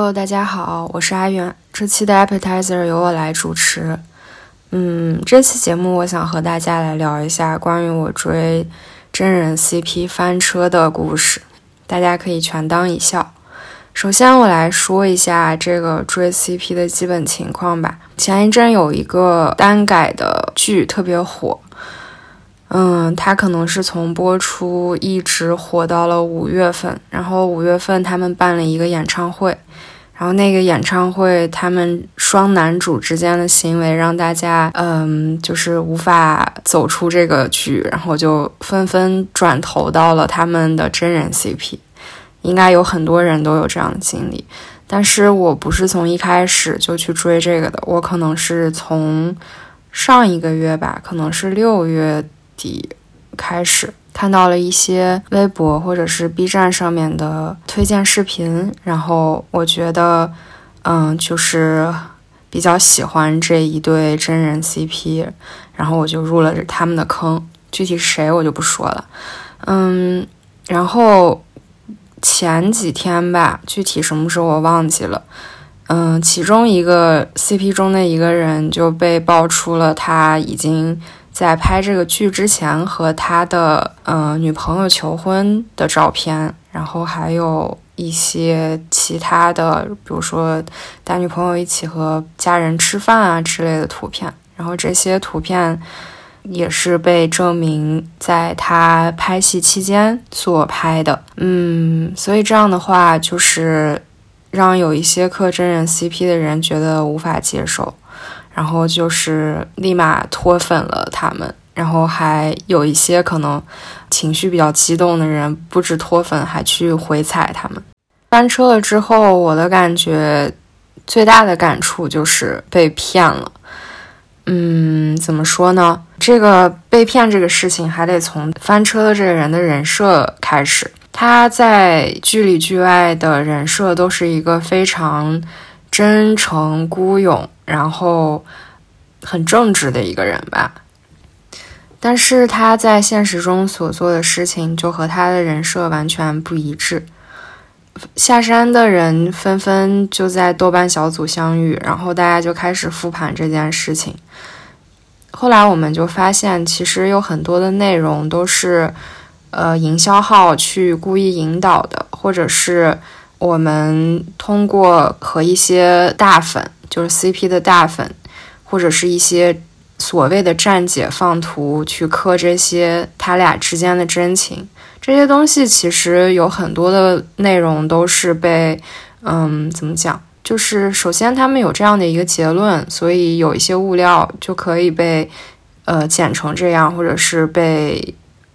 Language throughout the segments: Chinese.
Hello， 大家好，我是阿远。这期的 Appetizer 由我来主持。这期节目我想和大家来聊一下关于我追真人 CP 翻车的故事，大家可以全当一笑。首先我来说一下这个追 CP 的基本情况吧。前一阵有一个单改的剧特别火，它可能是从播出一直火到了5月份，然后5月份他们办了一个演唱会，然后那个演唱会他们双男主之间的行为让大家就是无法走出这个剧，然后就纷纷转投到了他们的真人 CP。应该有很多人都有这样的经历，但是我不是从一开始就去追这个的，我可能是从上一个月吧，可能是6月底开始看到了一些微博或者是 B 站上面的推荐视频，然后我觉得就是比较喜欢这一对真人 CP， 然后我就入了他们的坑，具体是谁我就不说了。然后前几天吧，具体什么时候我忘记了。其中一个 CP 中的一个人就被爆出了他已经在拍这个剧之前和他的女朋友求婚的照片，然后还有一些其他的，比如说带女朋友一起和家人吃饭啊之类的图片，然后这些图片也是被证明在他拍戏期间所拍的。所以这样的话就是让有一些磕真人 CP 的人觉得无法接受，然后就是立马脱粉了他们，然后还有一些可能情绪比较激动的人不止脱粉还去回踩他们。翻车了之后，我的感觉最大的感触就是被骗了。怎么说呢？这个被骗这个事情还得从翻车的这个人的人设开始。他在剧里剧外的人设都是一个非常真诚孤勇，然后很正直的一个人吧。但是他在现实中所做的事情就和他的人设完全不一致。下山的人纷纷就在豆瓣小组相遇，然后大家就开始复盘这件事情。后来我们就发现，其实有很多的内容都是营销号去故意引导的，或者是我们通过和一些大粉，就是 CP 的大粉，或者是一些所谓的站姐放图去磕这些他俩之间的真情。这些东西其实有很多的内容都是被怎么讲，就是首先他们有这样的一个结论，所以有一些物料就可以被剪成这样，或者是被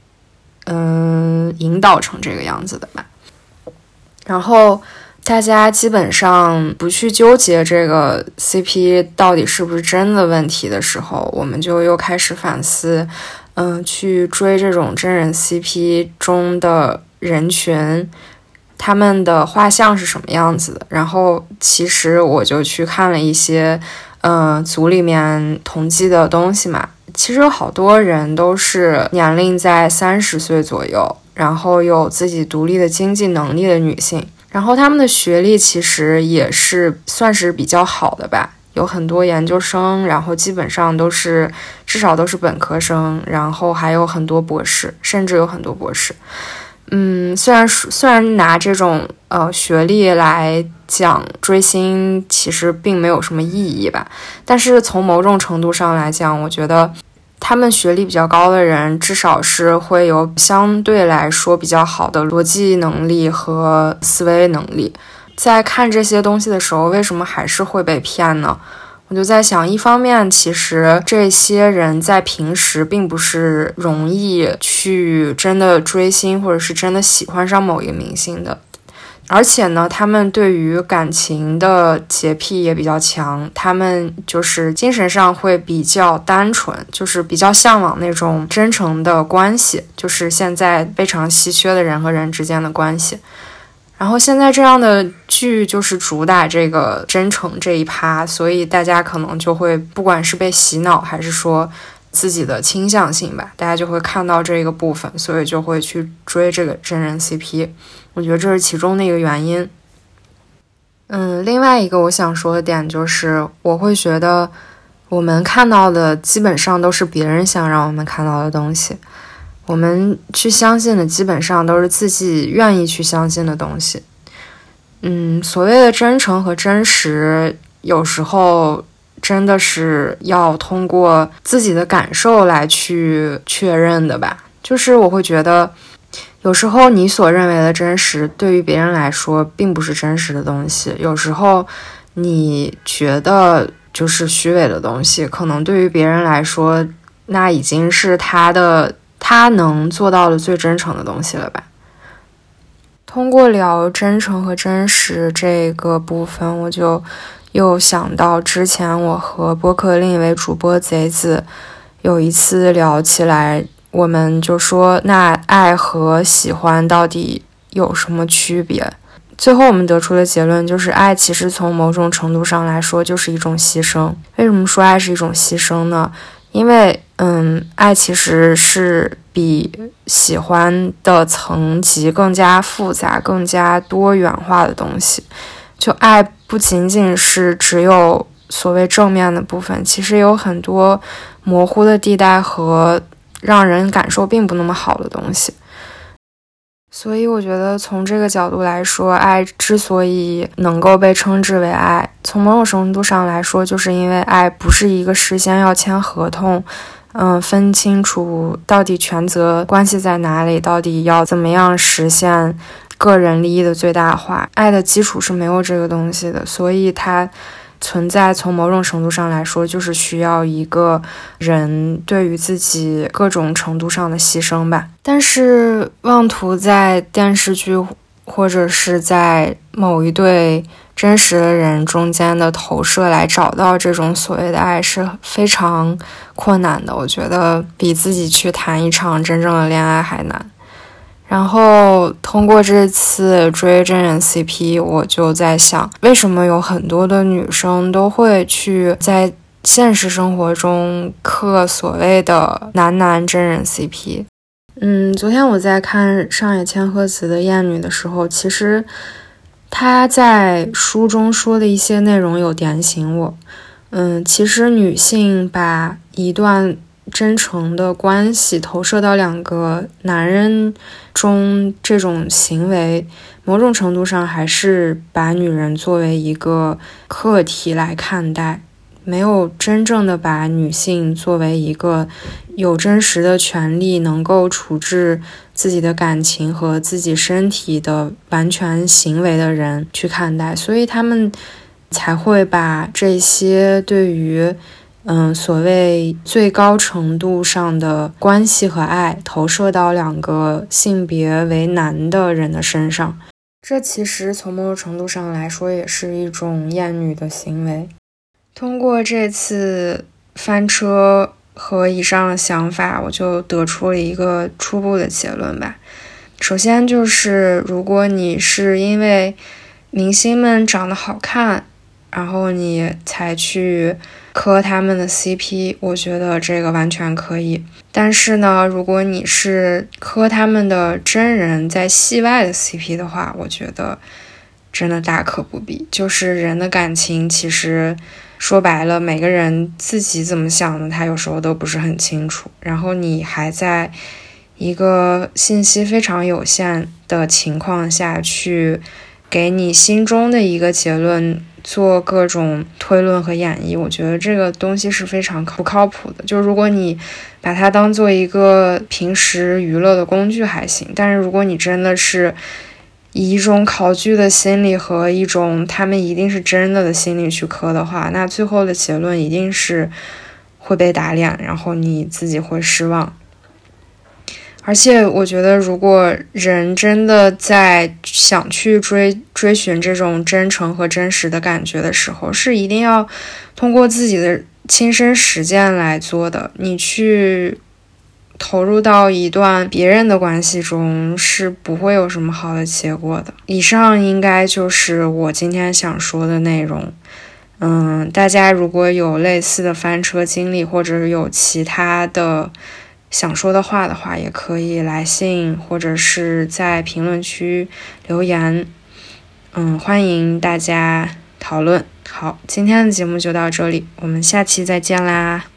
引导成这个样子的吧。然后大家基本上不去纠结这个 CP 到底是不是真的问题的时候，我们就又开始反思去追这种真人 CP 中的人群，他们的画像是什么样子的。然后其实我就去看了一些组里面统计的东西嘛，其实有好多人都是年龄在30岁左右，然后有自己独立的经济能力的女性，然后他们的学历其实也是算是比较好的吧，有很多研究生，然后基本上都是至少都是本科生，然后还有很多博士，甚至有很多博士。虽然拿这种学历来讲追星其实并没有什么意义吧，但是从某种程度上来讲，我觉得他们学历比较高的人至少是会有相对来说比较好的逻辑能力和思维能力。在看这些东西的时候，为什么还是会被骗呢？我就在想，一方面其实这些人在平时并不是容易去真的追星或者是真的喜欢上某一个明星的，而且呢他们对于感情的洁癖也比较强，他们就是精神上会比较单纯，就是比较向往那种真诚的关系，就是现在非常稀缺的人和人之间的关系。然后现在这样的剧就是主打这个真诚这一趴，所以大家可能就会不管是被洗脑还是说自己的倾向性吧，大家就会看到这个部分，所以就会去追这个真人 CP。我觉得这是其中的一个原因。 另外一个我想说的点就是，我会觉得我们看到的基本上都是别人想让我们看到的东西，我们去相信的基本上都是自己愿意去相信的东西。所谓的真诚和真实，有时候真的是要通过自己的感受来去确认的吧。就是我会觉得有时候你所认为的真实对于别人来说并不是真实的东西，有时候你觉得就是虚伪的东西，可能对于别人来说那已经是他能做到的最真诚的东西了吧。通过聊真诚和真实这个部分，我就又想到之前我和播客另一位主播贼子有一次聊起来，我们就说那爱和喜欢到底有什么区别。最后我们得出的结论就是爱其实从某种程度上来说就是一种牺牲。为什么说爱是一种牺牲呢？因为爱其实是比喜欢的层级更加复杂更加多元化的东西。就爱不仅仅是只有所谓正面的部分，其实有很多模糊的地带和让人感受并不那么好的东西。所以我觉得从这个角度来说，爱之所以能够被称之为爱，从某种程度上来说，就是因为爱不是一个事先要签合同，分清楚到底权责关系在哪里，到底要怎么样实现个人利益的最大化。爱的基础是没有这个东西的，所以它存在从某种程度上来说就是需要一个人对于自己各种程度上的牺牲吧。但是妄图在电视剧或者是在某一对真实的人中间的投射来找到这种所谓的爱是非常困难的，我觉得比自己去谈一场真正的恋爱还难。然后通过这次追真人 CP， 我就在想，为什么有很多的女生都会去在现实生活中磕所谓的男真人 CP。昨天我在看上野千鹤子的《厌女》的时候，其实她在书中说的一些内容有点醒我。其实女性把一段真诚的关系投射到两个男人中，这种行为某种程度上还是把女人作为一个客体来看待，没有真正的把女性作为一个有真实的权利能够处置自己的感情和自己身体的完全行为的人去看待，所以他们才会把这些对于所谓最高程度上的关系和爱投射到两个性别为男的人的身上。这其实从某种程度上来说也是一种厌女的行为。通过这次翻车和以上的想法，我就得出了一个初步的结论吧。首先就是如果你是因为明星们长得好看，然后你才去磕他们的 CP， 我觉得这个完全可以。但是呢，如果你是磕他们的真人在戏外的 CP 的话，我觉得真的大可不必。就是人的感情其实说白了，每个人自己怎么想的他有时候都不是很清楚，然后你还在一个信息非常有限的情况下去给你心中的一个结论做各种推论和演绎，我觉得这个东西是非常不靠谱的。就如果你把它当做一个平时娱乐的工具还行，但是如果你真的是以一种考据的心理和一种他们一定是真的心理去磕的话，那最后的结论一定是会被打脸，然后你自己会失望。而且我觉得如果人真的在想去追寻这种真诚和真实的感觉的时候，是一定要通过自己的亲身实践来做的。你去投入到一段别人的关系中是不会有什么好的结果的。以上应该就是我今天想说的内容。大家如果有类似的翻车经历，或者有其他的想说的话的话，也可以来信或者是在评论区留言。 欢迎大家讨论。好，今天的节目就到这里，我们下期再见啦。